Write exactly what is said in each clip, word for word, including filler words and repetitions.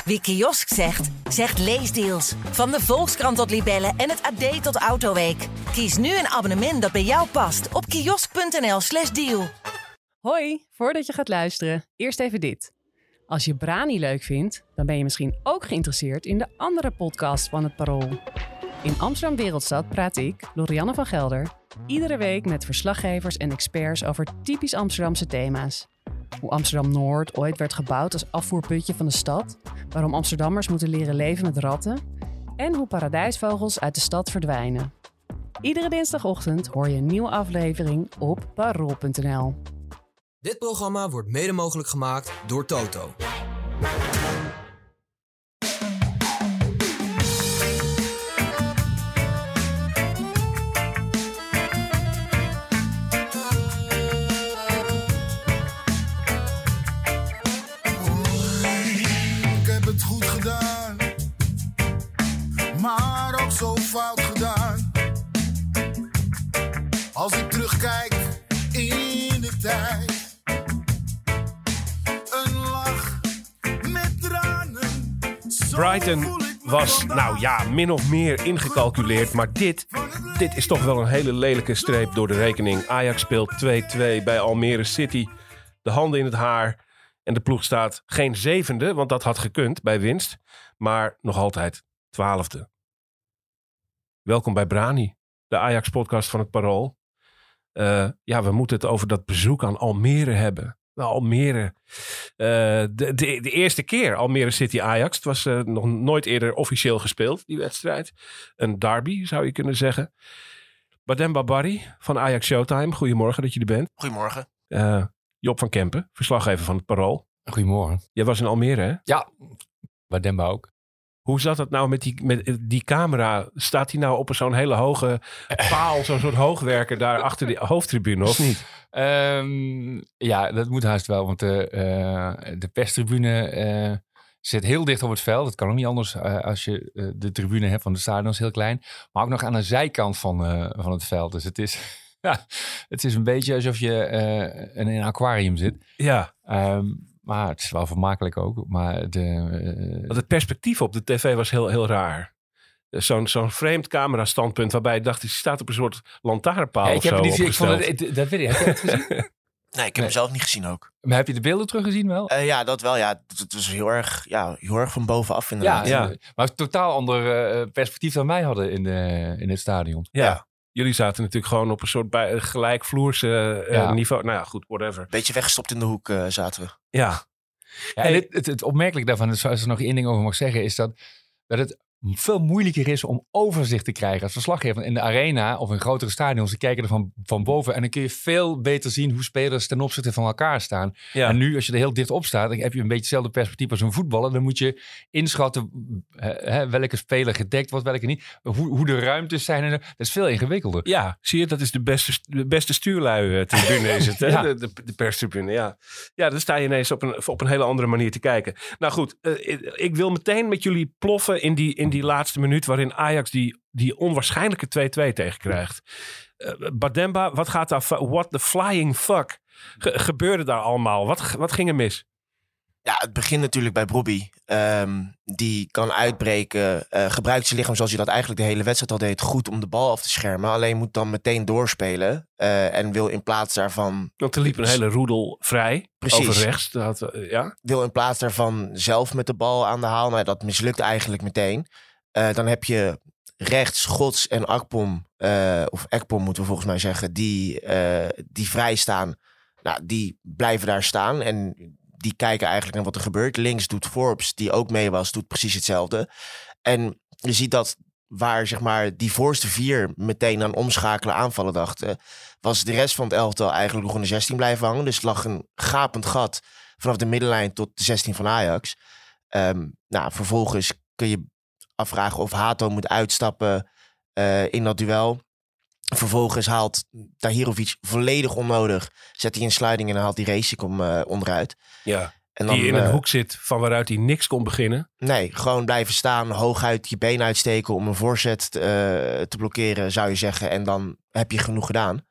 Wie kiosk zegt, zegt leesdeals. Van de Volkskrant tot Libellen en het A D tot Autoweek. Kies nu een abonnement dat bij jou past op kiosk.nl slash deal. Hoi, voordat je gaat luisteren, eerst even dit. Als je Brani leuk vindt, dan ben je misschien ook geïnteresseerd in de andere podcast van het Parool. In Amsterdam Wereldstad praat ik, Lorianne van Gelder, iedere week met verslaggevers en experts over typisch Amsterdamse thema's. Hoe Amsterdam-Noord ooit werd gebouwd als afvoerputje van de stad, waarom Amsterdammers moeten leren leven met ratten en hoe paradijsvogels uit de stad verdwijnen. Iedere dinsdagochtend hoor je een nieuwe aflevering op parool punt n l. Dit programma wordt mede mogelijk gemaakt door Toto. Ik heb het goed gedaan, maar ook zo fout gedaan. Als ik terugkijk in de tijd. Brighton was, nou ja, min of meer ingecalculeerd. Maar dit, dit is toch wel een hele lelijke streep door de rekening. Ajax speelt twee-twee bij Almere City. De handen in het haar. En de ploeg staat geen zevende, want dat had gekund bij winst. Maar nog altijd twaalfde. Welkom bij Brani, de Ajax-podcast van het Parool. Uh, ja, we moeten het over dat bezoek aan Almere hebben. Almere. Uh, de, de, de eerste keer Almere City Ajax. Het was uh, nog nooit eerder officieel gespeeld, die wedstrijd. Een derby, zou je kunnen zeggen. Bademba Barry van Ajax Showtime. Goedemorgen dat je er bent. Goedemorgen. Uh, Job van Kempen, verslaggever van het Parool. Goedemorgen. Jij was in Almere, hè? Ja, Bademba ook. Hoe zat het nou met die, met die camera? Staat hij nou op zo'n hele hoge paal, zo'n soort hoogwerker daar achter de hoofdtribune, of niet? Um, ja, dat moet haast wel, want de, uh, de perstribune uh, zit heel dicht op het veld. Dat kan ook niet anders uh, als je uh, de tribune hebt van de stadion, is heel klein. Maar ook nog aan de zijkant van, uh, van het veld. Dus het is, ja, het is een beetje alsof je uh, in een aquarium zit. Ja. Um, Maar het is wel vermakelijk ook. Maar de, uh... Want het perspectief op de tv was heel, heel raar. Zo'n, zo'n vreemd camerastandpunt waarbij ik dacht, hij staat op een soort lantaarnpaal ja, of ik heb zo niet, ik vond het, dat weet ik. Heb je het gezien? Nee, ik heb nee. hem zelf niet gezien ook. Maar heb je de beelden teruggezien wel? Uh, ja, dat wel. Ja, het was heel erg, ja, heel erg van bovenaf inderdaad. Ja, ja. Maar een totaal ander uh, perspectief dan wij hadden in, de, in het stadion. Ja. ja. Jullie zaten natuurlijk gewoon op een soort bij, gelijkvloerse uh, ja. niveau. Nou ja, goed, whatever. Beetje weggestopt in de hoek uh, zaten we. Ja. Ja, en het, het, het opmerkelijke daarvan, als er nog één ding over mag zeggen, is dat, dat het veel moeilijker is om overzicht te krijgen als verslaggever. In de arena of in grotere stadions, die kijken er van, van boven. En dan kun je veel beter zien hoe spelers ten opzichte van elkaar staan. Ja. En nu, als je er heel dicht op staat, dan heb je een beetje hetzelfde perspectief als een voetballer. Dan moet je inschatten hè, welke speler gedekt wordt, welke niet. Hoe, hoe de ruimtes zijn. En dat is veel ingewikkelder. Ja, zie je, dat is de beste, de beste stuurlui tribune is het. Hè? Ja. De, de, de perstribune, ja. Ja, dan sta je ineens op een, op een hele andere manier te kijken. Nou goed, uh, ik wil meteen met jullie ploffen in die, in die laatste minuut waarin Ajax die, die onwaarschijnlijke twee-twee tegenkrijgt. Uh, Bademba, wat gaat daar? What the flying fuck Ge- gebeurde daar allemaal? Wat, wat ging er mis? Ja, het begint natuurlijk bij Brobbey. Um, die kan uitbreken. Uh, gebruikt zijn lichaam zoals hij dat eigenlijk de hele wedstrijd al deed. Goed om de bal af te schermen. Alleen moet dan meteen doorspelen. Uh, en wil in plaats daarvan... Want er liep een hele roedel vrij. Precies. Over rechts. Dat, uh, ja. Wil in plaats daarvan zelf met de bal aan de haal. Nou, dat mislukt eigenlijk meteen. Uh, dan heb je rechts Gods en Akpom. Uh, of Ekpom moeten we volgens mij zeggen. Die, uh, die vrij staan. Nou, die blijven daar staan. En... die kijken eigenlijk naar wat er gebeurt. Links doet Forbes, die ook mee was, doet precies hetzelfde. En je ziet dat waar zeg maar die voorste vier meteen aan omschakelen aanvallen dachten, was de rest van het elftal eigenlijk nog in de zestien blijven hangen. Dus het lag een gapend gat vanaf de middenlijn tot de zestien van Ajax. Um, nou, vervolgens kun je afvragen of Hato moet uitstappen uh, in dat duel. Vervolgens haalt Tahirovic volledig onnodig. Zet hij een sliding en dan haalt hij Racing uh, onderuit. Ja, en dan, die in een uh, hoek zit van waaruit hij niks kon beginnen. Nee, gewoon blijven staan, hooguit je been uitsteken om een voorzet uh, te blokkeren, zou je zeggen. En dan heb je genoeg gedaan.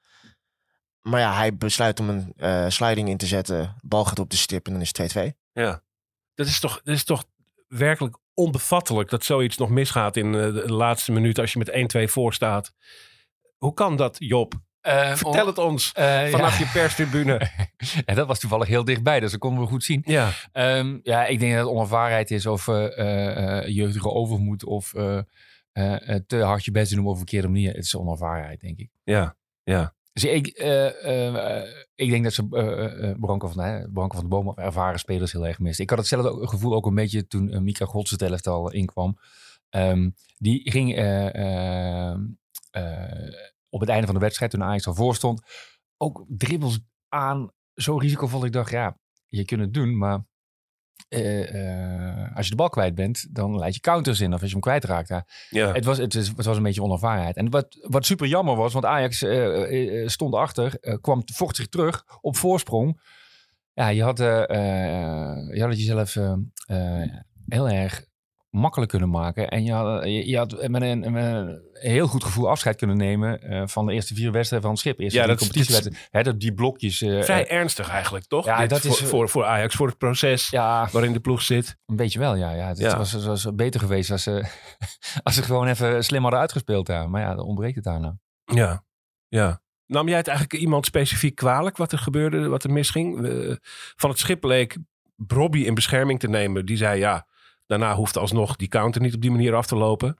Maar ja, hij besluit om een uh, sliding in te zetten. Bal gaat op de stip en dan is het twee-twee. Ja, dat is toch, dat is toch werkelijk onbevattelijk dat zoiets nog misgaat in uh, de laatste minuut als je met één-twee voor staat. Hoe kan dat, Job? Uh, Vertel on, het ons uh, vanaf ja. je perstribune. En dat was toevallig heel dichtbij, dus dat konden we goed zien. Ja, Um, ja, ik denk dat het onervarenheid is of uh, uh, jeugdige overmoed of uh, uh, uh, te hard je best doen op een verkeerde manier. Het is onervarenheid, denk ik. ja, ja. Dus ik, uh, uh, ik denk dat ze uh, uh, Branko van, uh, Branko van de Boom ervaren spelers heel erg mist. Ik had hetzelfde gevoel ook een beetje toen uh, Mika Gods het elftal inkwam. Um, die ging uh, uh, uh, op het einde van de wedstrijd, toen Ajax al voor stond, ook dribbels aan. Zo risicovol. Ik dacht, ja, je kunt het doen, maar uh, uh, als je de bal kwijt bent, dan leid je counters in. Of als je hem kwijtraakt. Ja. ja. Het, was, het, is, het was een beetje onervarenheid. En wat, wat super jammer was, want Ajax uh, uh, stond achter, uh, kwam vocht zich terug op voorsprong. Ja, je had, uh, uh, je had het jezelf uh, uh, heel erg makkelijk kunnen maken. En je had, je, je had met, een, met een heel goed gevoel afscheid kunnen nemen uh, van de eerste vier wedstrijden van het schip. Eerste Ja, drie dat is- competitiewedstrijden. Hè, dat die blokjes. Uh, Vrij uh, ernstig eigenlijk, toch? Ja, Dit dat voor, is, uh, voor, voor Ajax, voor het proces ja, waarin de ploeg zit. een beetje wel, ja. ja. Het Ja. Was, het was beter geweest als ze, als ze gewoon even slim hadden uitgespeeld daar. Maar ja, dan ontbreekt het daar nou. Ja, ja. Nam jij het eigenlijk iemand specifiek kwalijk wat er gebeurde, wat er misging? Uh, van het schip leek Brobby in bescherming te nemen. Die zei ja, daarna hoeft alsnog die counter niet op die manier af te lopen.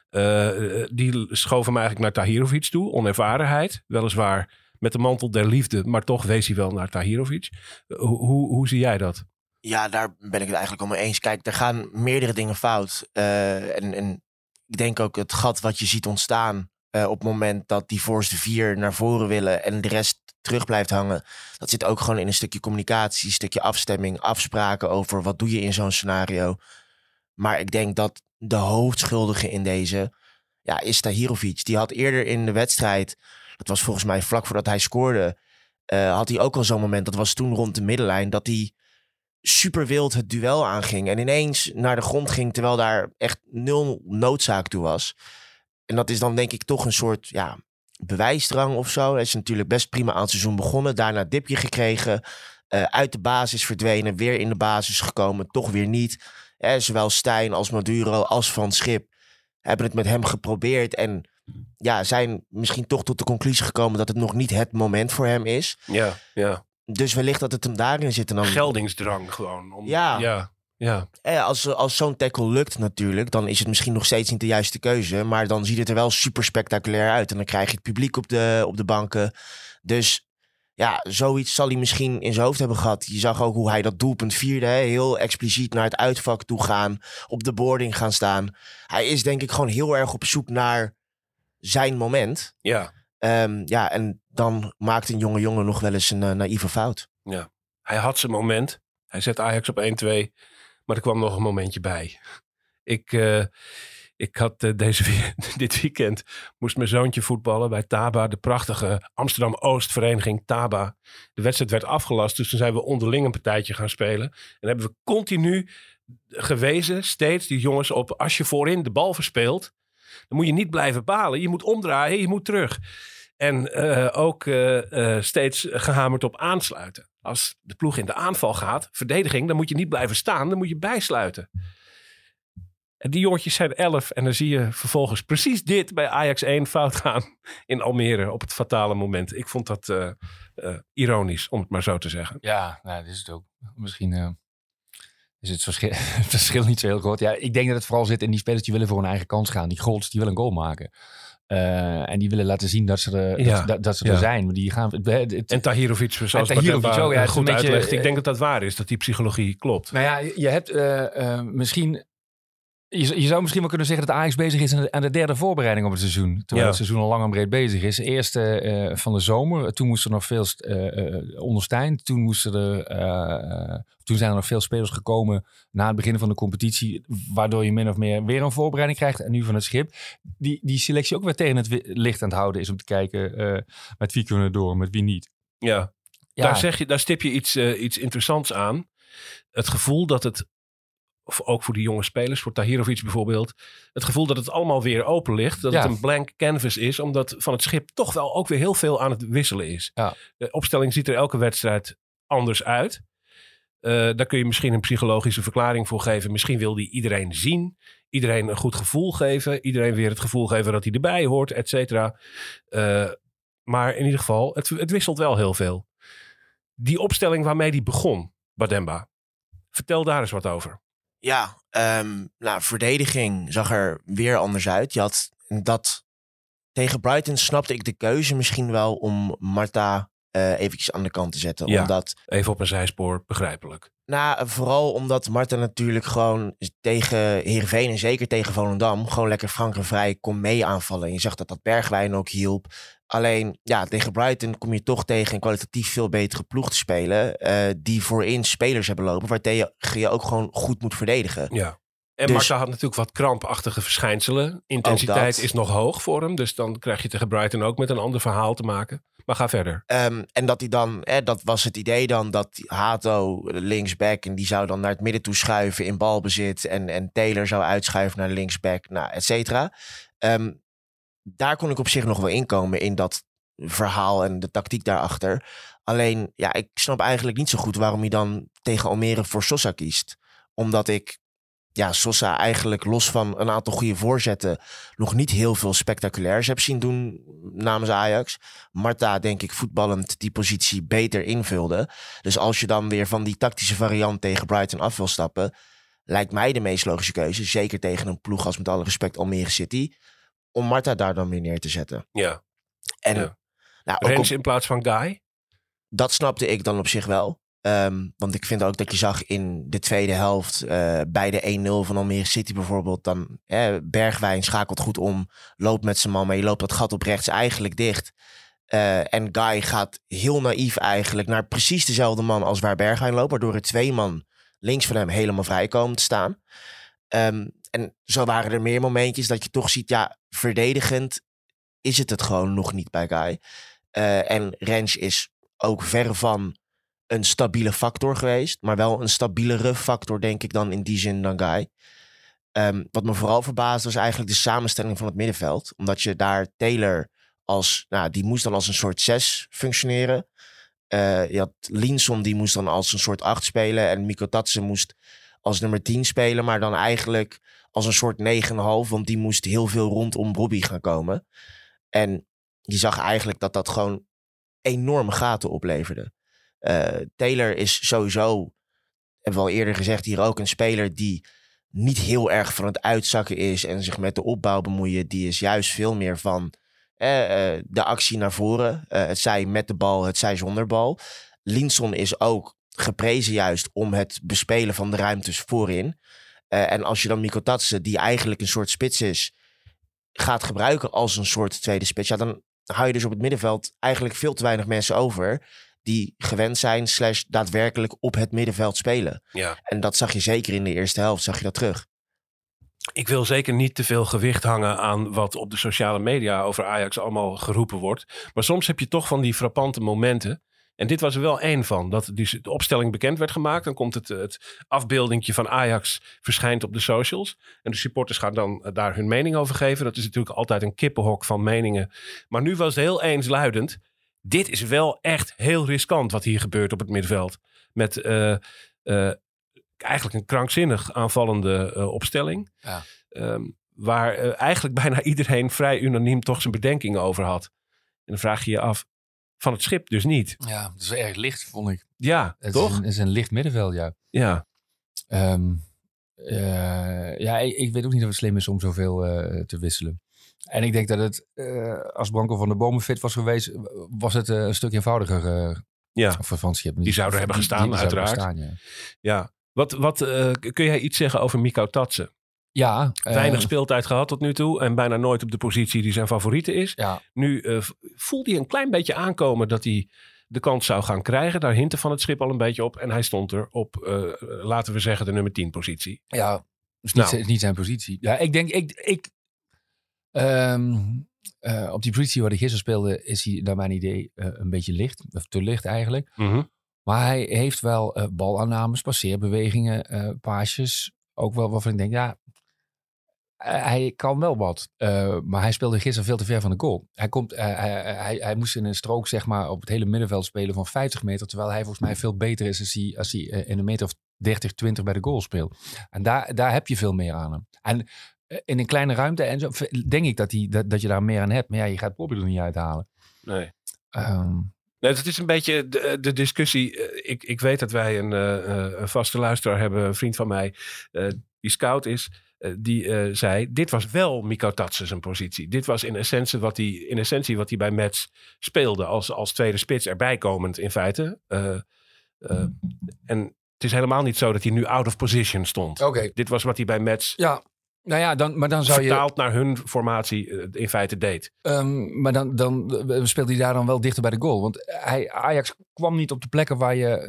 Uh, die schoof hem eigenlijk naar Tahirovic toe. Onervarenheid, weliswaar met de mantel der liefde, maar toch wees hij wel naar Tahirovic. Uh, hoe, hoe zie jij dat? Ja, daar ben ik het eigenlijk al mee eens. Kijk, er gaan meerdere dingen fout. Uh, en, en ik denk ook het gat wat je ziet ontstaan uh, op het moment dat die voorste vier naar voren willen en de rest terug blijft hangen. Dat zit ook gewoon in een stukje communicatie, een stukje afstemming, afspraken over wat doe je in zo'n scenario. Maar ik denk dat de hoofdschuldige in deze ja, is Tahirovic. Die had eerder in de wedstrijd, dat was volgens mij vlak voordat hij scoorde, uh, had hij ook al zo'n moment, dat was toen rond de middenlijn, dat hij super wild het duel aanging en ineens naar de grond ging, terwijl daar echt nul noodzaak toe was. En dat is dan denk ik toch een soort ja, bewijsdrang of zo. Hij is natuurlijk best prima aan het seizoen begonnen, daarna dipje gekregen, uh, uit de basis verdwenen, weer in de basis gekomen, toch weer niet. Eh, zowel Stijn als Maduro als Van Schip hebben het met hem geprobeerd en ja, zijn misschien toch tot de conclusie gekomen dat het nog niet het moment voor hem is. Ja, ja. Dus wellicht dat het hem daarin zit. En dan, Geldingsdrang gewoon. Om, Ja. ja, ja. eh, als, als zo'n tackle lukt natuurlijk, dan is het misschien nog steeds niet de juiste keuze. Maar dan ziet het er wel super spectaculair uit. En dan krijg je het publiek op de, op de banken. Dus ja, zoiets zal hij misschien in zijn hoofd hebben gehad. Je zag ook hoe hij dat doelpunt vierde. Hè? Heel expliciet naar het uitvak toe gaan. Op de boarding gaan staan. Hij is denk ik gewoon heel erg op zoek naar zijn moment. Ja, Um, ja, en dan maakt een jonge jongen nog wel eens een uh, naïeve fout. ja. Hij had zijn moment. Hij zet Ajax op één-twee. Maar er kwam nog een momentje bij. Ik, uh, ik had uh, deze, dit weekend moest mijn zoontje voetballen bij Taba. De prachtige Amsterdam-Oost vereniging Taba. De wedstrijd werd afgelast. Dus toen zijn we onderling een partijtje gaan spelen. En hebben we continu gewezen, steeds die jongens op, als je voorin de bal verspeelt, dan moet je niet blijven balen. Je moet omdraaien, je moet terug. En uh, ook uh, uh, steeds gehamerd op aansluiten. Als de ploeg in de aanval gaat, verdediging, dan moet je niet blijven staan. Dan moet je bijsluiten. En die jongetjes zijn elf. En dan zie je vervolgens precies dit bij Ajax één fout gaan in Almere op het fatale moment. Ik vond dat uh, uh, ironisch, om het maar zo te zeggen. Ja, nou, dat is het ook. Misschien uh, is het verschil, het verschil niet zo heel groot. Ja, ik denk dat het vooral zit in die spelers die willen voor hun eigen kans gaan. Die Golds, die willen een goal maken. Uh, en die willen laten zien dat ze er, Ja, dat, dat ze ja. er zijn. Maar die gaan, het, het, En Tahirovic, zoals En Tahirovic Bademba ook, ja, het is goed een beetje, uitlegt. Ik uh, denk dat dat waar is, dat die psychologie klopt. Nou ja, je hebt uh, uh, misschien... Je, je zou misschien wel kunnen zeggen dat Ajax bezig is aan de, aan de derde voorbereiding op het seizoen. Terwijl Ja. het seizoen al lang en breed bezig is. Eerst uh, van de zomer. Toen moesten er nog veel uh, uh, onder Stijn. Toen, moesten er, uh, toen zijn er nog veel spelers gekomen na het begin van de competitie. Waardoor je min of meer weer een voorbereiding krijgt. En nu van het schip. Die, die selectie ook weer tegen het licht aan het houden is. Om te kijken uh, met wie kunnen we door, met wie niet. Ja. Ja, Daar, zeg je, daar stip je iets, uh, iets interessants aan. Het gevoel dat het, of ook voor die jonge spelers, voor Tahirovic bijvoorbeeld, het gevoel dat het allemaal weer open ligt. Dat Ja. het een blank canvas is, omdat van het schip toch wel ook weer heel veel aan het wisselen is. Ja. De opstelling ziet er elke wedstrijd anders uit. Uh, daar kun je misschien een psychologische verklaring voor geven. Misschien wil hij iedereen zien. Iedereen een goed gevoel geven. Iedereen weer het gevoel geven dat hij erbij hoort, et cetera. Uh, maar in ieder geval, het, het wisselt wel heel veel. Die opstelling waarmee hij begon, Bademba. Vertel daar eens wat over. Ja, um, nou, verdediging zag er weer anders uit. Je had dat... Tegen Brighton snapte ik de keuze misschien wel om Marta uh, eventjes aan de kant te zetten. Ja, omdat, even op een zijspoor, begrijpelijk. Nou, vooral omdat Marta natuurlijk gewoon tegen Heerenveen en zeker tegen Volendam gewoon lekker frank en vrij kon mee aanvallen. En je zag dat dat Bergwijn ook hielp. Alleen, ja, tegen Brighton kom je toch tegen een kwalitatief veel betere ploeg te spelen. Uh, die voorin spelers hebben lopen, waartegen je, je ook gewoon goed moet verdedigen. Ja. En dus, Marta had natuurlijk wat krampachtige verschijnselen. Intensiteit is nog hoog voor hem. Dus dan krijg je tegen Brighton ook met een ander verhaal te maken. Maar ga verder. Um, en dat hij dan, eh, dat was het idee dan, dat Hato linksback en die zou dan naar het midden toe schuiven in balbezit. En, en Taylor zou uitschuiven naar linksback, nou, et cetera. Um, daar kon ik op zich nog wel inkomen in dat verhaal en de tactiek daarachter. Alleen, ja, ik snap eigenlijk niet zo goed waarom hij dan tegen Almere voor Sosa kiest. Omdat ik... Ja, Sosa eigenlijk los van een aantal goede voorzetten nog niet heel veel spectaculairs heb zien doen namens Ajax. Marta, denk ik, voetballend die positie beter invulde. Dus als je dan weer van die tactische variant tegen Brighton af wil stappen, lijkt mij de meest logische keuze, zeker tegen een ploeg als met alle respect Almere City, om Marta daar dan weer neer te zetten. Ja. En ja. Nou, Rens op, in plaats van Guy? Dat snapte ik dan op zich wel. Um, want ik vind ook dat je zag in de tweede helft uh, bij de één nul van Almere City bijvoorbeeld. Dan eh, Bergwijn schakelt goed om, loopt met zijn man, maar je loopt dat gat op rechts eigenlijk dicht. Uh, en Guy gaat heel naïef eigenlijk naar precies dezelfde man als waar Bergwijn loopt. Waardoor er twee man links van hem helemaal vrij komen te staan. Um, en zo waren er meer momentjes dat je toch ziet, ja, verdedigend is het het gewoon nog niet bij Guy. Uh, en Rens is ook verre van een stabiele factor geweest. Maar wel een stabielere factor, denk ik, dan in die zin dan Guy. Um, wat me vooral verbaasde was eigenlijk de samenstelling van het middenveld. Omdat je daar Taylor als... Nou, die moest dan als een soort zes functioneren. Uh, je had Linson, die moest dan als een soort acht spelen. En Mikko Tatsen moest als nummer tien spelen. Maar dan eigenlijk als een soort negen komma vijf. Want die moest heel veel rondom Robbie gaan komen. En je zag eigenlijk dat dat gewoon enorme gaten opleverde. Uh, Taylor is sowieso, hebben we al eerder gezegd hier ook, een speler die niet heel erg van het uitzakken is en zich met de opbouw bemoeien. Die is juist veel meer van eh, uh, de actie naar voren. Uh, het zij met de bal, het zij zonder bal. Linson is ook geprezen juist om het bespelen van de ruimtes voorin. Uh, en als je dan Mikko Tatsen, die eigenlijk een soort spits is, gaat gebruiken als een soort tweede spits, ja, dan hou je dus op het middenveld eigenlijk veel te weinig mensen over die gewend zijn slash daadwerkelijk op het middenveld spelen. Ja. En dat zag je zeker in de eerste helft, zag je dat terug. Ik wil zeker niet te veel gewicht hangen aan wat op de sociale media over Ajax allemaal geroepen wordt. Maar soms heb je toch van die frappante momenten. En dit was er wel één van. Dat dus de opstelling bekend werd gemaakt. Dan komt het, het afbeeldingje van Ajax verschijnt op de socials. En de supporters gaan dan daar hun mening over geven. Dat is natuurlijk altijd een kippenhok van meningen. Maar nu was het heel eensluidend. Dit is wel echt heel riskant wat hier gebeurt op het middenveld. Met uh, uh, eigenlijk een krankzinnig aanvallende uh, opstelling. Ja. Um, waar uh, eigenlijk bijna iedereen vrij unaniem toch zijn bedenkingen over had. En dan vraag je je af, van het schip dus niet. Ja, het is erg licht, vond ik. Ja, het toch? Is een, het is een licht middenveld, ja. Ja. Um, uh, ja, ik, ik weet ook niet of het slim is om zoveel uh, te wisselen. En ik denk dat het, uh, als Branko van der Bomen fit was geweest, was het uh, een stuk eenvoudiger. Uh, ja, die, die zouden hebben gestaan, die, die uiteraard. Staan, ja. ja. Wat, wat uh, kun jij iets zeggen over Mikko Tatsen? Ja. Weinig uh, speeltijd gehad tot nu toe en bijna nooit op de positie die zijn favoriete is. Ja. Nu uh, voelde hij een klein beetje aankomen dat hij de kans zou gaan krijgen. Daar hintte van het schip al een beetje op. En hij stond er op, uh, laten we zeggen, de nummer tien positie. Ja, dus niet, nou. niet zijn positie. Ja, ik denk, ik... ik Um, uh, op die positie waar hij gisteren speelde is hij naar mijn idee uh, een beetje licht. Of te licht eigenlijk. Mm-hmm. Maar hij heeft wel uh, balaannames, passeerbewegingen, uh, paasjes. Ook wel waarvan ik denk, ja, Uh, hij kan wel wat, uh, maar hij speelde gisteren veel te ver van de goal. Hij, komt, uh, hij, hij, hij moest in een strook zeg maar, op het hele middenveld spelen van vijftig meter, terwijl hij volgens mij veel beter is als hij, als hij uh, in een meter of dertig, twintig bij de goal speelt. En daar, daar heb je veel meer aan hem. En uh, in een kleine ruimte en zo, denk ik dat, hij, dat, dat je daar meer aan hebt. Maar ja, je gaat Bobby er niet uithalen. Nee. Um, Nee, het is een beetje de, de discussie. Ik, ik weet dat wij een, uh, een vaste luisteraar hebben, een vriend van mij, uh, die scout is. Uh, die uh, zei, dit was wel Mikko Tatsen zijn positie. Dit was in essentie wat hij, in essentie wat hij bij Metz speelde. Als, als tweede spits erbij komend in feite. Uh, uh, en het is helemaal niet zo dat hij nu out of position stond. Okay. Dit was wat hij bij Metz... Ja. Nou ja, dan, maar dan zou je... vertaald naar hun formatie uh, in feite deed. Um, maar dan, dan uh, speelde hij daar dan wel dichter bij de goal. Want hij, Ajax kwam niet op de plekken waar je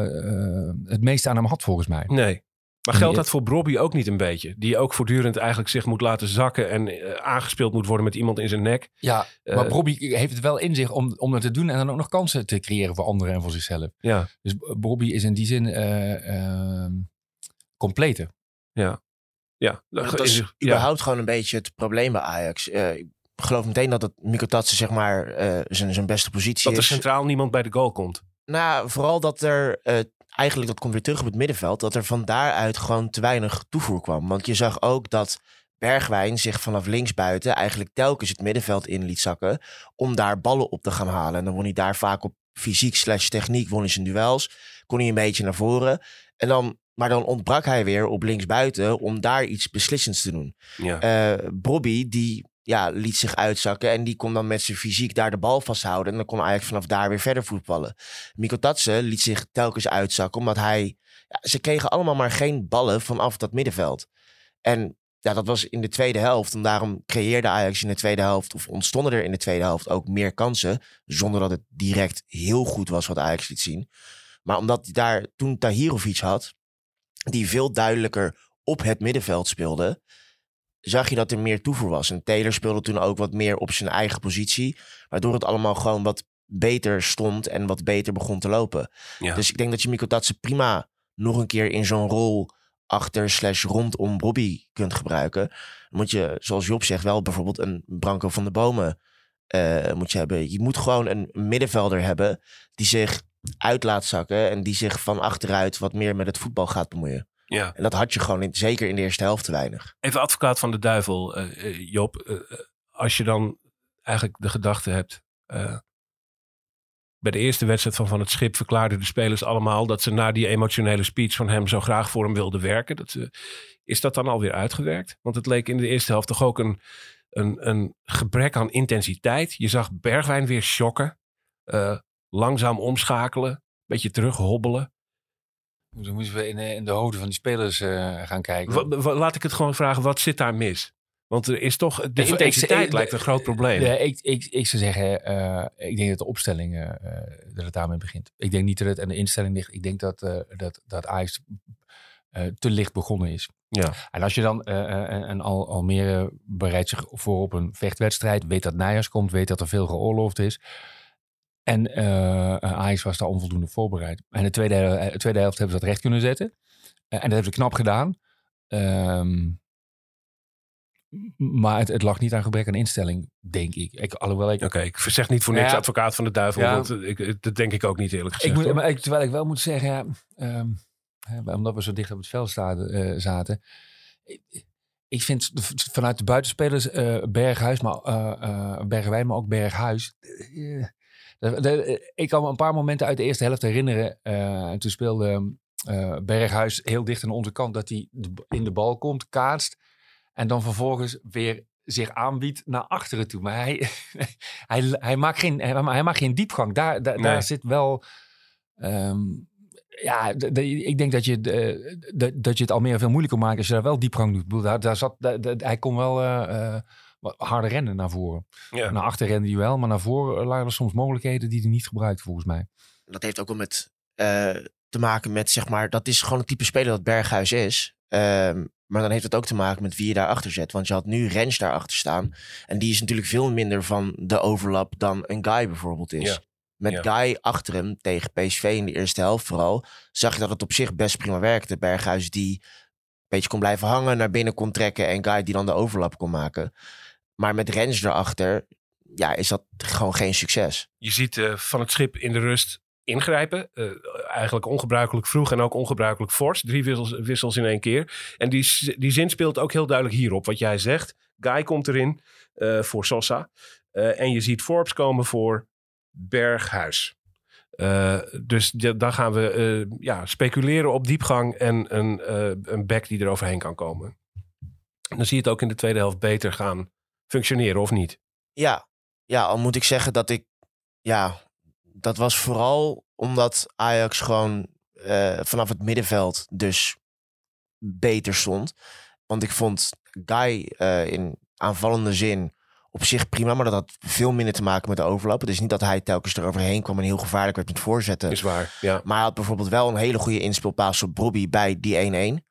uh, uh, het meeste aan hem had volgens mij. Nee. Maar geldt dat voor Brobby ook niet een beetje? Die ook voortdurend eigenlijk zich moet laten zakken en uh, aangespeeld moet worden met iemand in zijn nek. Ja, uh, maar Brobby heeft het wel in zich om, om dat te doen en dan ook nog kansen te creëren voor anderen en voor zichzelf. Ja. Dus Brobby is in die zin uh, uh, completer. Ja. Ja, dat is ja. überhaupt gewoon een beetje het probleem bij Ajax. Uh, ik geloof meteen dat het Mikko Tatsen zeg maar uh, zijn, zijn beste positie dat is. Dat er centraal niemand bij de goal komt. Nou, vooral dat er, uh, eigenlijk dat komt weer terug op het middenveld, dat er van daaruit gewoon te weinig toevoer kwam. Want je zag ook dat Bergwijn zich vanaf linksbuiten eigenlijk telkens het middenveld in liet zakken om daar ballen op te gaan halen. En dan won hij daar vaak op fysiek slash techniek, won hij zijn duels, kon hij een beetje naar voren. En dan Maar dan ontbrak hij weer op linksbuiten om daar iets beslissends te doen. Ja. Uh, Brobby, die ja, liet zich uitzakken en die kon dan met zijn fysiek daar de bal vasthouden. En dan kon Ajax vanaf daar weer verder voetballen. Mikko Tatsen liet zich telkens uitzakken omdat hij... Ja, ze kregen allemaal maar geen ballen vanaf dat middenveld. En ja, dat was in de tweede helft. En daarom creëerde Ajax in de tweede helft, of ontstonden er in de tweede helft ook meer kansen. Zonder dat het direct heel goed was wat Ajax liet zien. Maar omdat daar toen Tahirovic had, die veel duidelijker op het middenveld speelde, zag je dat er meer toevoer was. En Taylor speelde toen ook wat meer op zijn eigen positie, waardoor het allemaal gewoon wat beter stond en wat beter begon te lopen. Ja. Dus ik denk dat je Mikko Tatsen prima nog een keer in zo'n rol achter slash rondom Brobby kunt gebruiken. Dan moet je, zoals Job zegt, wel bijvoorbeeld een Branko van de Bomen uh, moet je hebben. Je moet gewoon een middenvelder hebben die zich uit laat zakken en die zich van achteruit wat meer met het voetbal gaat bemoeien. Ja. En dat had je gewoon in, zeker in de eerste helft te weinig. Even advocaat van de duivel, uh, Job. Uh, als je dan eigenlijk de gedachte hebt, Uh, bij de eerste wedstrijd van Van het Schip verklaarden de spelers allemaal dat ze na die emotionele speech van hem zo graag voor hem wilden werken. Dat, uh, is dat dan alweer uitgewerkt? Want het leek in de eerste helft toch ook een, een, een gebrek aan intensiteit. Je zag Bergwijn weer shocken. Uh, langzaam omschakelen. Beetje terughobbelen. Dan moeten we in, in de hoofden van die spelers uh, gaan kijken. W- w- laat ik het gewoon vragen, wat zit daar mis? Want er is toch, de intensiteit ik, lijkt een groot probleem. Ja, ik, ik, ik zou zeggen, uh, ik denk dat de opstelling, uh, dat het daarmee begint. Ik denk niet dat het aan de instelling ligt. Ik denk dat, uh, dat, dat Ajax uh, te licht begonnen is. Ja. En als je dan, uh, en, en Al, Almere bereidt zich voor op een vechtwedstrijd, weet dat Nijers komt, weet dat er veel geoorloofd is. En uh, Ajax was daar onvoldoende voorbereid. En de tweede, de tweede helft hebben ze dat recht kunnen zetten. Uh, en dat hebben ze knap gedaan. Um, Maar het, het lag niet aan gebrek aan instelling, denk ik. ik alhoewel ik... Oké, okay, ik zeg niet voor niks ja, advocaat van de duivel. Ja, want ik, dat denk ik ook niet eerlijk gezegd. Ik moet, maar ik, terwijl ik wel moet zeggen, ja, um, omdat we zo dicht op het veld zaten. Uh, zaten ik, ik vind vanuit de buitenspelers uh, Berghuis, maar, uh, uh, Bergwijn, maar ook Berghuis. Uh, de, de, ik kan me een paar momenten uit de eerste helft herinneren. Uh, toen speelde uh, Berghuis heel dicht aan onze kant, dat hij in de bal komt, kaatst. En dan vervolgens weer zich aanbiedt naar achteren toe. Maar hij, hij, hij, maakt, geen, hij, hij maakt geen diepgang. Daar, daar, nee. daar zit wel... Um, ja, de, de, ik denk dat je, de, de, dat je het Almere veel moeilijker maakt als je daar wel diepgang doet. Bedoel, daar, daar zat, daar, daar, hij kon wel uh, uh, harder rennen naar voren. Ja. Naar achter rende hij wel, maar naar voren lagen er soms mogelijkheden die hij niet gebruikt volgens mij. Dat heeft ook wel met uh, te maken met, zeg maar, dat is gewoon het type speler dat Berghuis is. Um, Maar dan heeft het ook te maken met wie je daarachter zet. Want je had nu Rens daarachter staan. En die is natuurlijk veel minder van de overlap dan een Guy bijvoorbeeld is. Ja. Met ja. Guy achter hem tegen P S V in de eerste helft vooral, zag je dat het op zich best prima werkte. Berghuis die beetje kon blijven hangen, naar binnen kon trekken en Guy die dan de overlap kon maken. Maar met Rens erachter, ja, is dat gewoon geen succes. Je ziet uh, Van het Schip in de rust ingrijpen. Uh, eigenlijk ongebruikelijk vroeg en ook ongebruikelijk fors. Drie wissels, wissels in één keer. En die, die zin speelt ook heel duidelijk hierop. Wat jij zegt, Guy komt erin uh, voor Sosa. Uh, en je ziet Forbes komen voor Berghuis. Uh, dus de, dan gaan we uh, ja, speculeren op diepgang en een, uh, een back die er overheen kan komen. Dan zie je het ook in de tweede helft beter gaan functioneren, of niet? Ja, ja, al moet ik zeggen dat ik... Ja, dat was vooral omdat Ajax gewoon uh, vanaf het middenveld dus beter stond. Want ik vond Guy uh, in aanvallende zin op zich prima, maar dat had veel minder te maken met de overlap. Het is niet dat hij telkens eroverheen kwam en heel gevaarlijk werd met voorzetten. Is waar, ja. Maar hij had bijvoorbeeld wel een hele goede inspeelpaas op Brobbey bij die één-één.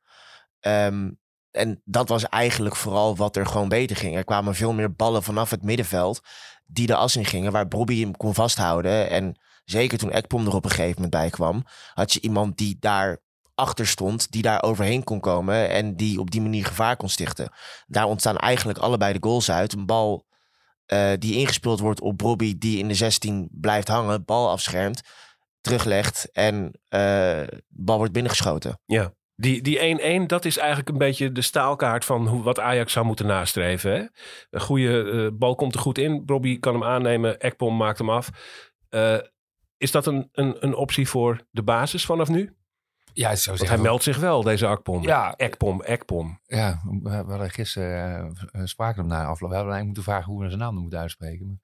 Um, en dat was eigenlijk vooral wat er gewoon beter ging. Er kwamen veel meer ballen vanaf het middenveld die de as in gingen, waar Brobbey hem kon vasthouden. En zeker toen Ekpom er op een gegeven moment bij kwam, had je iemand die daar achter stond, die daar overheen kon komen en die op die manier gevaar kon stichten. Daar ontstaan eigenlijk allebei de goals uit. Een bal uh, die ingespeeld wordt op Brobbey, die in de zestien blijft hangen, bal afschermt, teruglegt en uh, de bal wordt binnengeschoten. Ja. Die, die één-één, dat is eigenlijk een beetje de staalkaart van hoe, wat Ajax zou moeten nastreven. Hè? Een goede uh, bal komt er goed in. Brobbey kan hem aannemen. Ekpom maakt hem af. Uh, is dat een, een, een optie voor de basis vanaf nu? Ja, zo Want hij meldt zich wel, deze Ekpom. Ja. Ekpom, Ekpom. Ja, we hadden gisteren uh, spraken hem na afloop. We hadden eigenlijk moeten vragen hoe we zijn naam dan moeten uitspreken.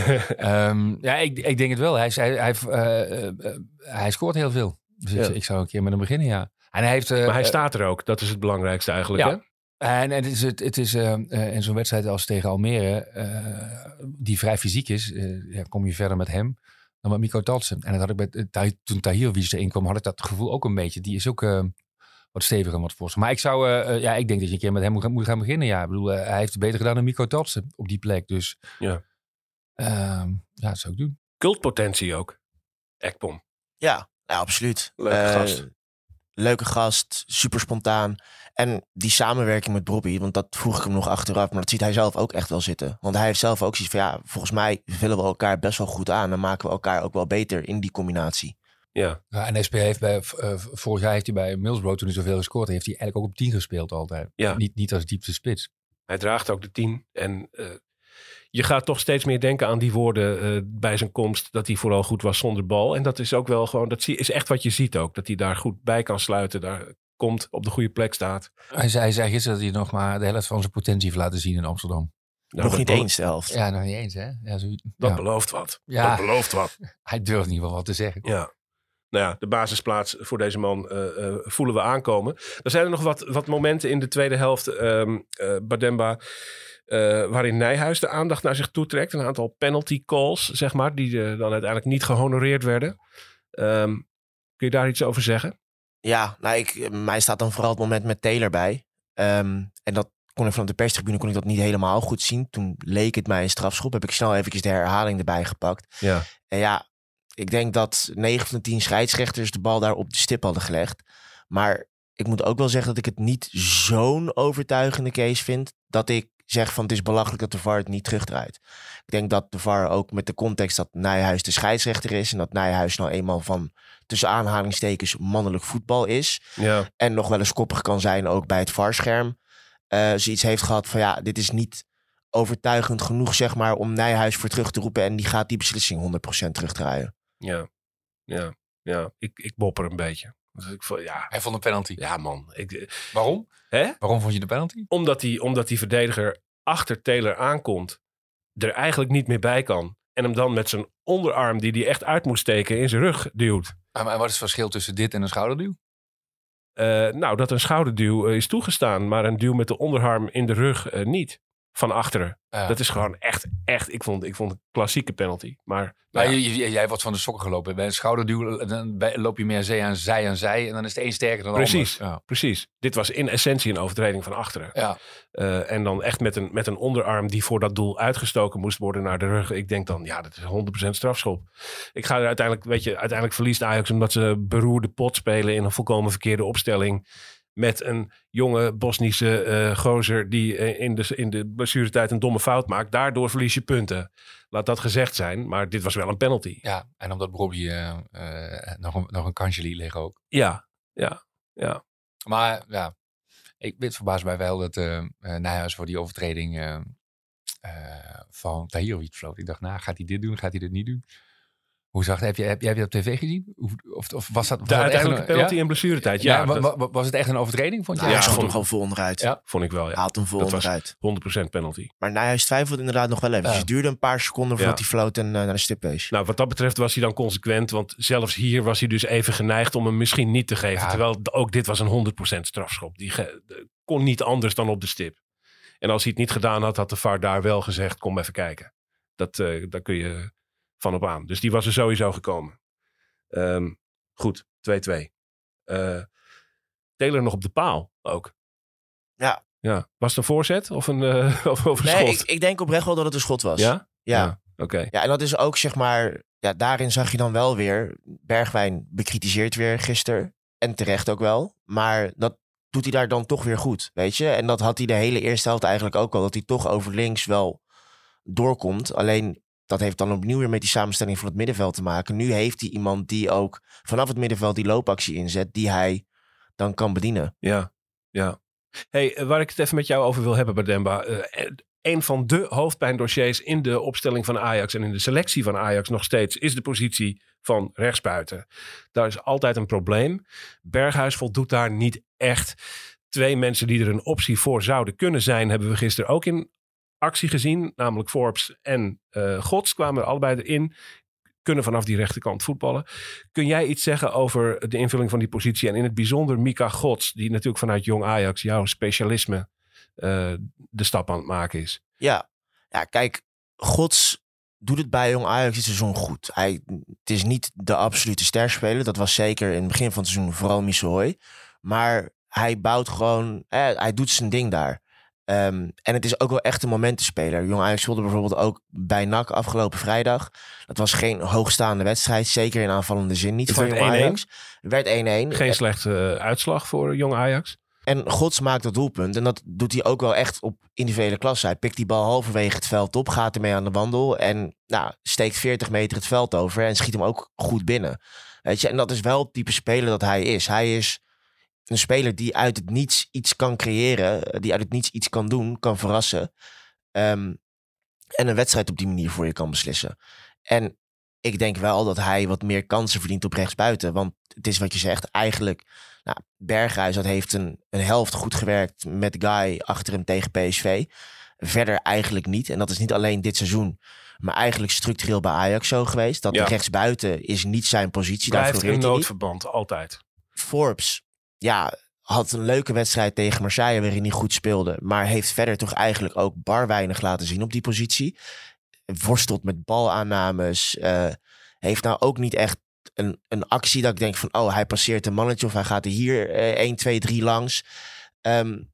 Maar, um, ja, ik, ik denk het wel. Hij, hij, hij, uh, uh, hij scoort heel veel. Dus ja. ik, ik zou een keer met hem beginnen, ja. En hij heeft, uh, maar hij staat er ook. Dat is het belangrijkste eigenlijk, ja. hè? En, en het is, het, het is uh, uh, in zo'n wedstrijd als tegen Almere, uh, die vrij fysiek is, uh, ja, kom je verder met hem dan met Mikko Tatsen. En dat had ik bij, uh, toen Tahirovic erin kwam, had ik dat gevoel ook een beetje. Die is ook uh, wat steviger en wat forser. Maar ik zou, uh, uh, ja, ik denk dat je een keer met hem moet, moet gaan beginnen. Ja, ik bedoel, uh, hij heeft het beter gedaan dan Mikko Tatsen op die plek. Dus ja, uh, ja, dat zou ik doen. Cultpotentie ook, Ekpom. Ja, ja, absoluut. Leuke uh, gast. Leuke gast, super spontaan. En die samenwerking met Brobbey, want dat vroeg ik hem nog achteraf, maar dat ziet hij zelf ook echt wel zitten. Want hij heeft zelf ook zoiets van, ja, volgens mij vullen we elkaar best wel goed aan en maken we elkaar ook wel beter in die combinatie. Ja. Ja, en S P heeft bij, uh, vorig jaar heeft hij bij Middlesbrough, toen hij zoveel gescoord heeft, hij eigenlijk ook op tien gespeeld altijd. Ja. Niet, niet als diepste spits. Hij draagt ook de tien en uh, je gaat toch steeds meer denken aan die woorden uh, bij zijn komst, dat hij vooral goed was zonder bal. En dat is ook wel gewoon, dat is echt wat je ziet ook, dat hij daar goed bij kan sluiten, daar komt, op de goede plek staat. Hij zei, hij zei gisteren dat hij nog maar de helft van zijn potentie heeft laten zien in Amsterdam. Nou, nog niet eens de helft. Ja, nog niet eens, hè? Ja, zo, dat ja. belooft wat. Ja. Dat belooft wat. Hij durft in ieder geval wat te zeggen. Ja. Nou ja, de basisplaats voor deze man uh, uh, voelen we aankomen. Er zijn er nog wat, wat momenten in de tweede helft, um, uh, Bademba, uh, waarin Nijhuis de aandacht naar zich toetrekt. Een aantal penalty calls, zeg maar, die uh, dan uiteindelijk niet gehonoreerd werden. Um, kun je daar iets over zeggen? Ja, nou, ik, mij staat dan vooral het moment met Taylor bij. Um, en dat kon ik vanaf de perstribune kon ik dat niet helemaal goed zien. Toen leek het mij een strafschop. Heb ik snel eventjes de herhaling erbij gepakt. Ja. En ja, ik denk dat negen van de tien scheidsrechters de bal daar op de stip hadden gelegd. Maar ik moet ook wel zeggen dat ik het niet zo'n overtuigende case vind dat ik zeg van het is belachelijk dat de V A R het niet terugdraait. Ik denk dat de V A R ook met de context dat Nijhuis de scheidsrechter is en dat Nijhuis nou eenmaal van tussen aanhalingstekens mannelijk voetbal is. Ja. En nog wel eens koppig kan zijn ook bij het V A R-scherm. Uh, zoiets heeft gehad van ja, dit is niet overtuigend genoeg zeg maar om Nijhuis voor terug te roepen en die gaat die beslissing honderd procent terugdraaien. Ja, ja, ja. Ik, ik bopper een beetje. Dus ik vond, ja. Hij vond een penalty. Ja man. Ik, Waarom? Hè? Waarom vond je de penalty? Omdat die, omdat die verdediger achter Taylor aankomt, er eigenlijk niet meer bij kan. En hem dan met zijn onderarm, die hij echt uit moet steken, in zijn rug duwt. Maar wat is het verschil tussen dit en een schouderduw? Uh, nou, dat een schouderduw uh, is toegestaan, maar een duw met de onderarm in de rug uh, niet. Van achteren. Ja. Dat is gewoon echt, echt, ik vond, ik vond een klassieke penalty. Maar, maar ja. jij, jij wordt van de sokken gelopen. Bij een schouderduw dan loop je meer zij aan zij aan zij. En dan is de een sterker dan de precies, ander. Ja. Precies. Dit was in essentie een overtreding van achteren. Ja. Uh, en dan echt met een, met een onderarm die voor dat doel uitgestoken moest worden naar de rug. Ik denk dan, ja, dat is honderd procent strafschop. Ik ga er uiteindelijk, weet je, uiteindelijk verliest Ajax omdat ze beroerde pot spelen in een volkomen verkeerde opstelling. met een jonge Bosnische uh, gozer die uh, in, de, in de blessuretijd een domme fout maakt. Daardoor verlies je punten. Laat dat gezegd zijn, maar dit was wel een penalty. Ja, en omdat Robbie uh, uh, nog, een, nog een kansje liet liggen ook. Ja, ja, ja. Maar ja, ik weet verbaasd mij wel dat uh, uh, Nijhuis voor die overtreding uh, uh, van Tahirovic floot. Ik dacht, nou, gaat hij dit doen? Gaat hij dit niet doen? Hoe zag het? Heb je, heb, heb je dat op tv gezien? Of, of was dat, was de dat uiteindelijke echt een penalty ja? in blessuretijd. Ja, Ja, dat, wa, wa, was het echt een overtreding, vond je? Ja, Ja, hij stond vond hem gewoon vol onderuit. Ja. vond ik wel, Hij ja. haalt hem vol Dat was onderuit. honderd procent penalty. Maar Nijhuis twijfelde inderdaad nog wel even. Ja. Dus het duurde een paar seconden voordat Ja. hij floot en uh, naar de stip wees. Nou, wat dat betreft was hij dan consequent. Want zelfs hier was hij dus even geneigd om hem misschien niet te geven. Ja. Terwijl ook dit was een honderd procent strafschop. Die ge- kon niet anders dan op de stip. En als hij het niet gedaan had, had de V A R daar wel gezegd, kom even kijken. Dat, uh, daar kun je van op aan. Dus die was er sowieso gekomen. Um, goed, twee-twee. Uh, Taylor nog op de paal ook. Ja. Ja. Was het een voorzet of een, uh, of, of een Nee, schot? ik, ik denk oprecht wel dat het een schot was. Ja? Ja. Ja, Oké. Okay. Ja, en dat is ook zeg maar... Ja, daarin zag je dan wel weer... Bergwijn bekritiseert weer gisteren. En terecht ook wel. Maar dat doet hij daar dan toch weer goed, weet je. En dat had hij de hele eerste helft eigenlijk ook al. Dat hij toch over links wel doorkomt. Alleen... Dat heeft dan opnieuw weer met die samenstelling van het middenveld te maken. Nu heeft hij iemand die ook vanaf het middenveld die loopactie inzet, die hij dan kan bedienen. Ja, ja. Hey, waar ik het even met jou over wil hebben, Bademba. Uh, een van de hoofdpijndossiers in de opstelling van Ajax en in de selectie van Ajax nog steeds is de positie van rechtsbuiten. Daar is altijd een probleem. Berghuis voldoet daar niet echt. Twee mensen die er een optie voor zouden kunnen zijn, hebben we gisteren ook in actie gezien, namelijk Forbes en uh, Gods kwamen er allebei erin. Kunnen vanaf die rechterkant voetballen. Kun jij iets zeggen over de invulling van die positie en in het bijzonder Mika Gods, die natuurlijk vanuit Jong Ajax, jouw specialisme, uh, de stap aan het maken is? Ja, ja kijk, Gods doet het bij Jong Ajax dit seizoen goed. Hij, het is niet de absolute sterspeler. Dat was zeker in het begin van het seizoen vooral Misselhooi. Maar hij bouwt gewoon, eh, hij doet zijn ding daar. Um, en het is ook wel echt een momentenspeler. Jong Ajax speelde bijvoorbeeld ook bij N A C afgelopen vrijdag. Dat was geen hoogstaande wedstrijd. Zeker in aanvallende zin niet Het van werd Jong één-één. Ajax. Het werd één-één. Geen slechte uh, uitslag voor Jong Ajax. En Gods maakt dat doelpunt. En dat doet hij ook wel echt op individuele klasse. Hij pikt die bal halverwege het veld op. Gaat ermee aan de wandel. En nou, steekt veertig meter het veld over. En schiet hem ook goed binnen. Weet je? En dat is wel het type speler dat hij is. Hij is een speler die uit het niets iets kan creëren. Die uit het niets iets kan doen. Kan verrassen. Um, en een wedstrijd op die manier voor je kan beslissen. En ik denk wel dat hij wat meer kansen verdient op rechtsbuiten. Want het is wat je zegt. Eigenlijk, nou, Berghuis dat heeft een, een helft goed gewerkt met Guy achter hem tegen P S V. Verder eigenlijk niet. En dat is niet alleen dit seizoen. Maar eigenlijk structureel bij Ajax zo geweest. Dat Ja. rechtsbuiten is niet zijn positie. Blijft Daar een floreert hij niet. noodverband, altijd. Forbes, ja, had een leuke wedstrijd tegen Marseille waarin hij goed speelde. Maar heeft verder toch eigenlijk ook bar weinig laten zien op die positie. Worstelt met balaannames. Uh, heeft nou ook niet echt een, een actie dat ik denk van, oh, hij passeert een mannetje of hij gaat er hier uh, één, twee, drie langs. Um,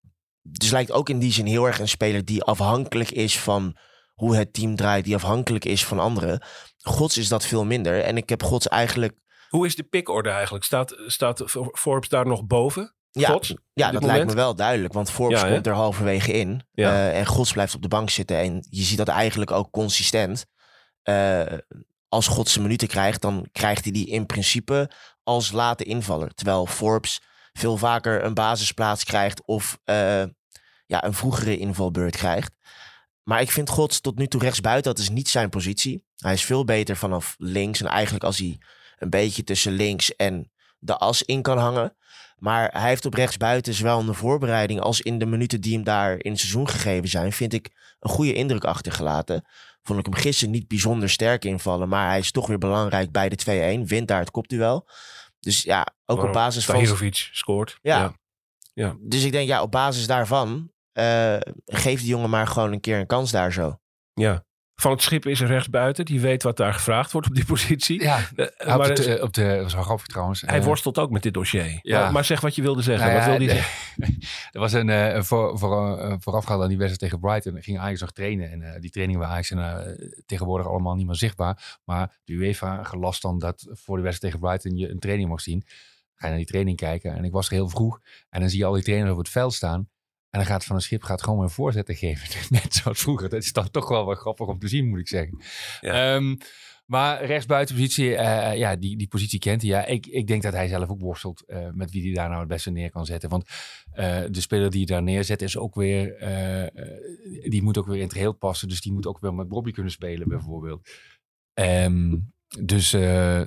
dus lijkt ook in die zin heel erg een speler die afhankelijk is van hoe het team draait, die afhankelijk is van anderen. Gods is dat veel minder. En ik heb Gods eigenlijk... Hoe is de pickorde eigenlijk? Staat, staat Forbes daar nog boven? Ja, Gods, ja op dat dit lijkt moment? me wel duidelijk. Want Forbes Ja, hè? komt er halverwege in. Ja. Uh, en Gods blijft op de bank zitten. En je ziet dat eigenlijk ook consistent. Uh, als Gods zijn minuten krijgt, dan krijgt hij die in principe als late invaller. Terwijl Forbes veel vaker een basisplaats krijgt of uh, ja, een vroegere invalbeurt krijgt. Maar ik vind Gods tot nu toe rechtsbuiten, dat is niet zijn positie. Hij is veel beter vanaf links. En eigenlijk als hij een beetje tussen links en de as in kan hangen. Maar hij heeft op rechtsbuiten, zowel in de voorbereiding als in de minuten die hem daar in het seizoen gegeven zijn, vind ik een goede indruk achtergelaten. Vond ik hem gisteren niet bijzonder sterk invallen, maar hij is toch weer belangrijk bij de twee-één. Wint daar het kopduel. Dus ja, ook op basis van... Tahirovic scoort. Ja. Ja. Ja. Dus ik denk, ja, op basis daarvan uh, geef die jongen maar gewoon een keer een kans daar zo. Ja. Van het Schip is er rechtsbuiten. Die weet wat daar gevraagd wordt op die positie. Ja, Uh, ja, maar op, er- de, op de, dat was wel grappig trouwens. hij Eh, worstelt ook met dit dossier. Ja. Maar, maar zeg wat je wilde zeggen. Nou ja, wat wilde hij de- zeggen? Er was een, uh, voor, voor, uh, voorafgaand aan die wedstrijd tegen Brighton ging Ajax nog trainen. En uh, die trainingen bij Ajax zijn uh, tegenwoordig allemaal niet meer zichtbaar. Maar de UEFA gelast dan dat voor de wedstrijd tegen Brighton je een training mocht zien. ga je naar die training kijken. En ik was er heel vroeg. En dan zie je al die trainers op het veld staan. En dan gaat Van der Schip gaat gewoon een voorzetten geven. Net zoals vroeger. Dat is dan toch wel wat grappig om te zien, moet ik zeggen. Ja. Um, maar rechtsbuitenpositie, uh, ja, die, die positie kent hij. Ja, ik, ik denk dat hij zelf ook worstelt uh, met wie hij daar nou het beste neer kan zetten. Want uh, de speler die je daar neerzet is ook weer... Uh, die moet ook weer in het geheel passen. Dus die moet ook wel met Bobby kunnen spelen, bijvoorbeeld. Um, dus uh,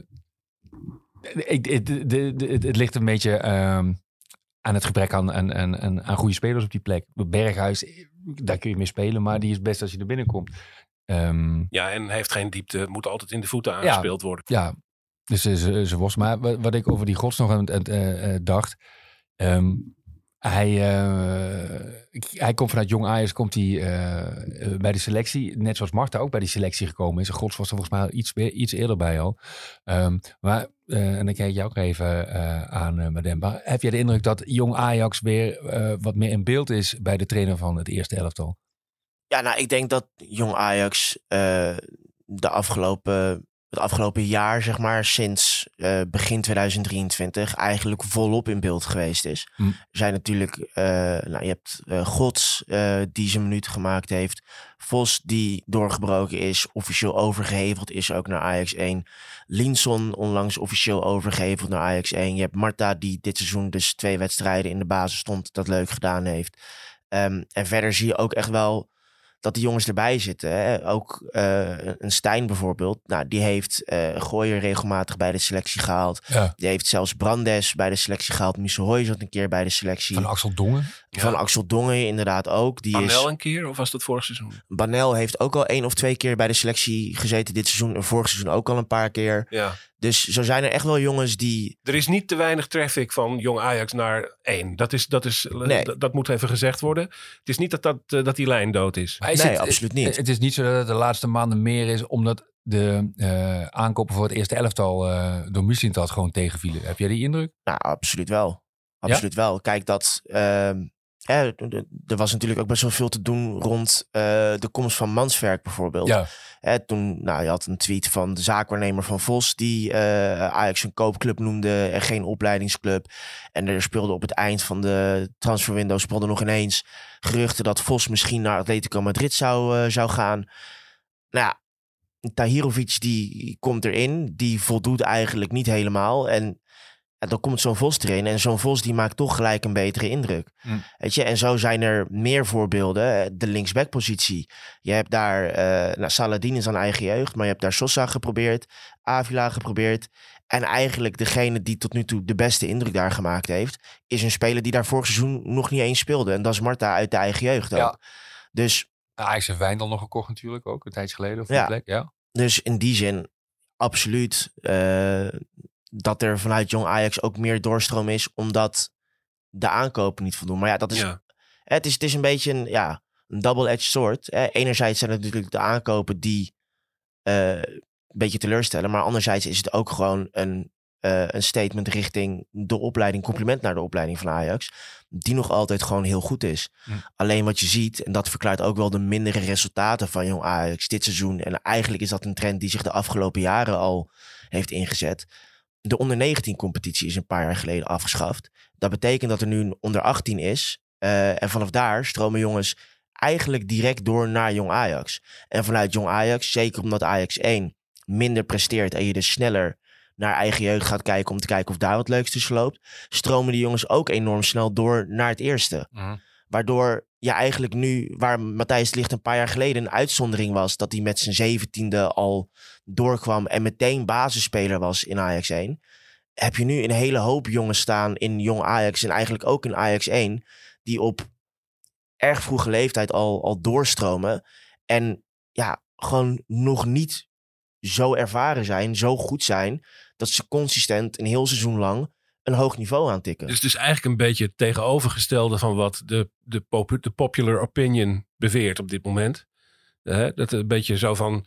ik, het, de, de, de, het ligt een beetje... Um, aan het gebrek aan, aan, aan, aan goede spelers op die plek. Berghuis, daar kun je mee spelen, maar die is best als je er binnenkomt. Um, ja, en heeft geen diepte, moet altijd in de voeten aangespeeld ja, worden. Ja, dus ze, ze, ze was. Maar wat, wat ik over die Gods nog aan het uh, uh, dacht... Um, hij, uh, hij komt vanuit Jong Ajax, komt hij uh, bij de selectie. Net zoals Marta ook bij die selectie gekomen is. Gods was er volgens mij iets, iets eerder bij al. Um, maar, uh, en dan kijk ik jou ook even uh, aan, uh, Mademba. Heb jij de indruk dat Jong Ajax weer uh, wat meer in beeld is bij de trainer van het eerste elftal? Ja, nou, ik denk dat Jong Ajax uh, de afgelopen... Het afgelopen jaar, zeg maar, sinds uh, begin tweeduizend drieëntwintig... eigenlijk volop in beeld geweest is. Hm. Er zijn natuurlijk... Uh, nou, je hebt uh, Gods uh, die zijn minuut gemaakt heeft. Vos die doorgebroken is. Officieel overgeheveld is ook naar Ajax één. Linson onlangs officieel overgeheveld naar Ajax één. Je hebt Marta die dit seizoen dus twee wedstrijden in de basis stond. Dat leuk gedaan heeft. Um, en verder zie je ook echt wel... dat die jongens erbij zitten. Hè? Ook uh, een Stijn bijvoorbeeld. Nou, die heeft uh, Gooier regelmatig bij de selectie gehaald. Ja. Die heeft zelfs Brandes bij de selectie gehaald. Misselhooi zat een keer bij de selectie. Van Axel Dongen. Van ja. Axel Dongen inderdaad ook. Die Banel is... een keer of was dat vorig seizoen? Banel heeft ook al één of twee keer bij de selectie gezeten dit seizoen. En vorig seizoen ook al een paar keer. Ja. Dus zo zijn er echt wel jongens die... Er is niet te weinig traffic van Jong Ajax naar één. Dat, is, dat, is, nee. dat, dat moet even gezegd worden. Het is niet dat, dat, dat die lijn dood is. Maar is nee, het, absoluut niet. Het, het is niet zo dat het de laatste maanden meer is... omdat de uh, aankopen voor het eerste elftal uh, door Mislintat gewoon tegenvielen. Heb jij die indruk? Nou, absoluut wel. Absoluut ja? wel. Kijk, dat... Uh, Ja, er was natuurlijk ook best wel veel te doen rond uh, de komst van Manswerk bijvoorbeeld. Ja. Hè, toen, nou, je had een tweet van de zaakwaarnemer van Vos... die uh, Ajax een koopclub noemde en geen opleidingsclub. En er speelde op het eind van de transferwindow... speelde nog ineens geruchten dat Vos misschien naar Atletico Madrid zou, uh, zou gaan. Nou ja, Tahirovic die komt erin. Die voldoet eigenlijk niet helemaal. En... En dan komt zo'n Vos erin en zo'n Vos die maakt toch gelijk een betere indruk. Mm. Weet je? En zo zijn er meer voorbeelden. De linksbackpositie. Je hebt daar, uh, nou, Saladin is aan eigen jeugd, maar je hebt daar Sosa geprobeerd, Avila geprobeerd. En eigenlijk degene die tot nu toe de beste indruk daar gemaakt heeft, is een speler die daar vorig seizoen nog niet eens speelde. En dat is Marta uit de eigen jeugd ook. Ja. Dus... Ajax heeft Wijndal nog gekocht natuurlijk ook, een tijdje geleden. Of ja. Plek, ja. Dus in die zin, absoluut... Uh, dat er vanuit Jong Ajax ook meer doorstroom is... omdat de aankopen niet voldoen. Maar ja, dat is, ja. Het, is het is een beetje een, ja, een double-edged sword. Hè. Enerzijds zijn het natuurlijk de aankopen die uh, een beetje teleurstellen... maar anderzijds is het ook gewoon een, uh, een statement richting de opleiding... compliment naar de opleiding van Ajax... die nog altijd gewoon heel goed is. Hm. Alleen wat je ziet, en dat verklaart ook wel de mindere resultaten van Jong Ajax dit seizoen... en eigenlijk is dat een trend die zich de afgelopen jaren al heeft ingezet... De onder negentien competitie is een paar jaar geleden afgeschaft. Dat betekent dat er nu een onder achttien is. Uh, en vanaf daar stromen jongens eigenlijk direct door naar Jong Ajax. En vanuit Jong Ajax, zeker omdat Ajax één minder presteert... en je dus sneller naar eigen jeugd gaat kijken... om te kijken of daar wat leuks tussen loopt... stromen die jongens ook enorm snel door naar het eerste. Mm. Waardoor je eigenlijk nu, waar Matthijs Ligt een paar jaar geleden een uitzondering was... dat hij met zijn zeventiende al doorkwam en meteen basisspeler was in Ajax één... heb je nu een hele hoop jongens staan in Jong Ajax en eigenlijk ook in Ajax één... die op erg vroege leeftijd al, al doorstromen. En ja, gewoon nog niet zo ervaren zijn, zo goed zijn... dat ze consistent een heel seizoen lang... een hoog niveau aantikken. Dus het is eigenlijk een beetje het tegenovergestelde van wat de, de, pop, de popular opinion beweert op dit moment. Uh, dat een beetje zo van...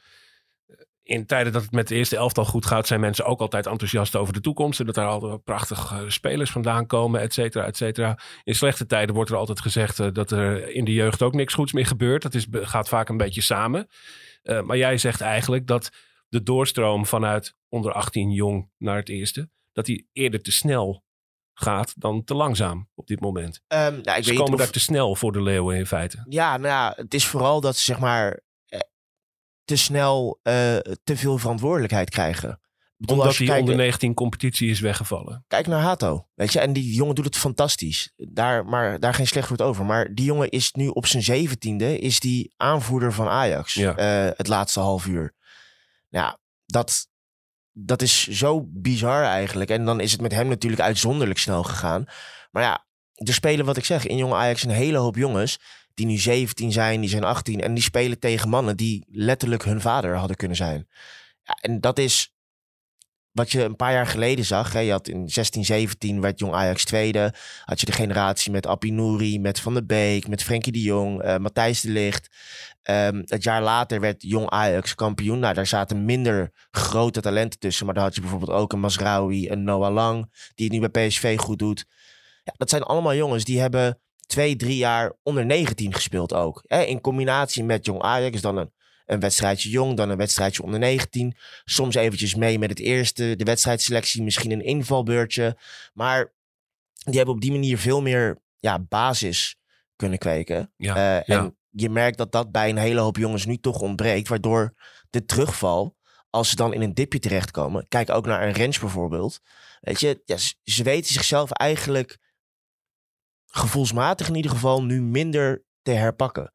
In tijden dat het met de eerste elftal goed gaat... zijn mensen ook altijd enthousiast over de toekomst... en dat daar altijd prachtige spelers vandaan komen, et cetera, et cetera. In slechte tijden wordt er altijd gezegd... Uh, dat er in de jeugd ook niks goeds meer gebeurt. Dat is, gaat vaak een beetje samen. Uh, maar jij zegt eigenlijk dat de doorstroom vanuit onder achttien jong naar het eerste... dat die eerder te snel gaat dan te langzaam op dit moment. Um, nou, ik Ze weet komen niet of... daar te snel voor de Leeuwen in feite. Ja, nou ja, het is vooral dat ze zeg maar eh, te snel uh, te veel verantwoordelijkheid krijgen. Ik bedoel, Omdat als je die kijkt- onder negentien competitie is weggevallen. Kijk naar Hato, weet je. En die jongen doet het fantastisch. Daar, maar, daar geen slecht woord over. Maar die jongen is nu op zijn zeventiende... is die aanvoerder van Ajax. Ja. Uh, het laatste half uur. Nou, dat, dat is zo bizar eigenlijk. En dan is het met hem natuurlijk uitzonderlijk snel gegaan. Maar ja, er spelen wat ik zeg... in jonge Ajax een hele hoop jongens... die nu zeventien zijn, die zijn achttien... en die spelen tegen mannen die letterlijk hun vader hadden kunnen zijn. Ja, en dat is... wat je een paar jaar geleden zag. Hè, je had in zestien, zeventien werd Jong Ajax tweede. Had je de generatie met Appie Nouri, met Van der Beek, met Frenkie de Jong, uh, Matthijs de Ligt. Um, het jaar later werd Jong Ajax kampioen. Nou, daar zaten minder grote talenten tussen. Maar dan had je bijvoorbeeld ook een Mazraoui, een Noah Lang, die het nu bij P S V goed doet. Ja, dat zijn allemaal jongens die hebben twee, drie jaar onder negentien gespeeld ook. Hè, in combinatie met Jong Ajax dan een Een wedstrijdje jong, dan een wedstrijdje onder negentien. Soms eventjes mee met het eerste, de wedstrijdselectie, misschien een invalbeurtje. Maar die hebben op die manier veel meer ja, basis kunnen kweken. Ja, uh, ja. En je merkt dat dat bij een hele hoop jongens nu toch ontbreekt. Waardoor de terugval, als ze dan in een dipje terechtkomen. Kijk ook naar een Rens bijvoorbeeld. Weet je, ja, ze weten zichzelf eigenlijk gevoelsmatig in ieder geval nu minder te herpakken.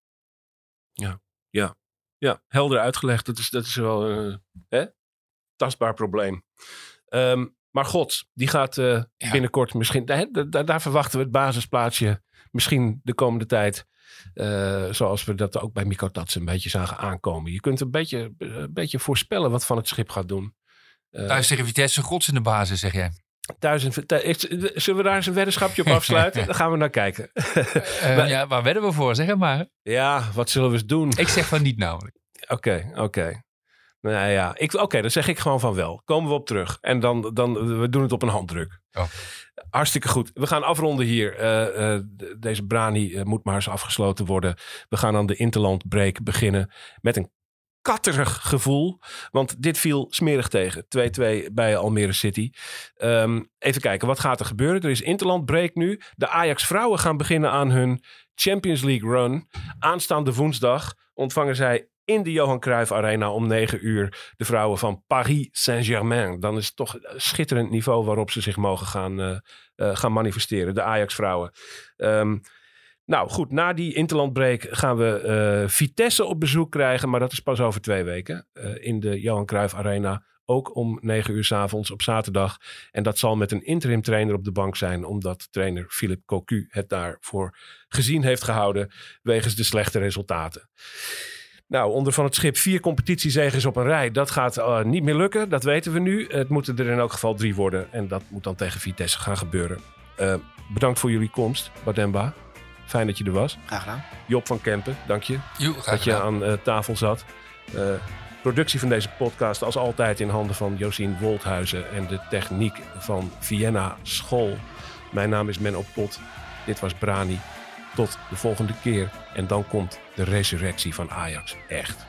Ja, ja. Ja, helder uitgelegd. Dat is, dat is wel een uh, tastbaar probleem. Um, maar God, die gaat uh, ja. binnenkort misschien... Daar, daar, daar verwachten we het basisplaatsje misschien de komende tijd. Uh, zoals we dat ook bij Mikko Tatsen een beetje zagen aankomen. Je kunt een beetje, een beetje voorspellen wat Van het Schip gaat doen. Uh, Thuis tegen Vitesse, gods in de basis, zeg jij. Thuis en, thuis, zullen we daar eens een weddenschapje op afsluiten? Dan gaan we naar kijken. uh, maar, ja, waar wedden we voor? Zeg het maar. Ja, wat zullen we eens doen? Ik zeg van niet namelijk. Oké, okay, oké. Okay. Nou ja, oké, okay, dan zeg ik gewoon van wel. Komen we op terug. En dan, dan we doen het op een handdruk. Oh. Hartstikke goed. We gaan afronden hier. Uh, uh, deze brani uh, moet maar eens afgesloten worden. We gaan aan de Interland break beginnen met een katterig gevoel. Want dit viel smerig tegen. twee-twee bij Almere City. Um, even kijken, wat gaat er gebeuren? Er is Interland break nu. De Ajax vrouwen gaan beginnen aan hun Champions League run. Aanstaande woensdag ontvangen zij in de Johan Cruijff Arena om negen uur de vrouwen van Paris Saint-Germain. Dan is het toch een schitterend niveau waarop ze zich mogen gaan, uh, uh, gaan manifesteren. De Ajax vrouwen. Um, nou goed, na die interlandbreak gaan we uh, Vitesse op bezoek krijgen. Maar dat is pas over twee weken. Uh, in de Johan Cruijff Arena. Ook om negen uur 's avonds op zaterdag. En dat zal met een interim trainer op de bank zijn. Omdat trainer Philippe Cocu het daarvoor gezien heeft gehouden. Wegens de slechte resultaten. Nou, onder Van het Schip vier competitiezeges op een rij. Dat gaat uh, niet meer lukken, dat weten we nu. Het moeten er in elk geval drie worden. En dat moet dan tegen Vitesse gaan gebeuren. Uh, bedankt voor jullie komst, Bademba. Fijn dat je er was. Graag gedaan. Job van Kempen, dank je. Jo, graag dat je gedaan. aan uh, tafel zat. Uh, productie van deze podcast als altijd in handen van Josien Wolthuizen. En de techniek van Vienna School. Mijn naam is Menno Pot. Dit was Brani. Tot de volgende keer. En dan komt de resurrectie van Ajax echt.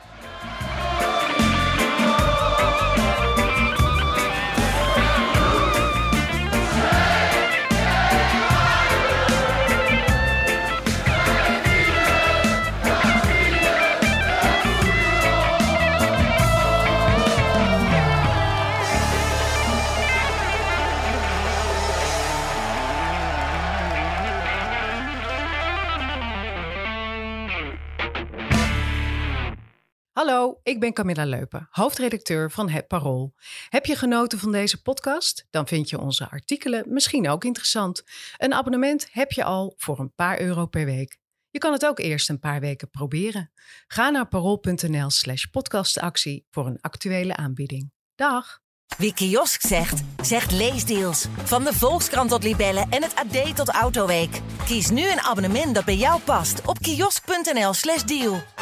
Hallo, ik ben Camilla Leupen, hoofdredacteur van Het Parool. Heb je genoten van deze podcast? Dan vind je onze artikelen misschien ook interessant. Een abonnement heb je al voor een paar euro per week. Je kan het ook eerst een paar weken proberen. Ga naar parool.nl slash podcastactie voor een actuele aanbieding. Dag! Wie kiosk zegt, zegt leesdeals. Van de Volkskrant tot Libellen en het A D tot Autoweek. Kies nu een abonnement dat bij jou past op kiosk.nl slash deal.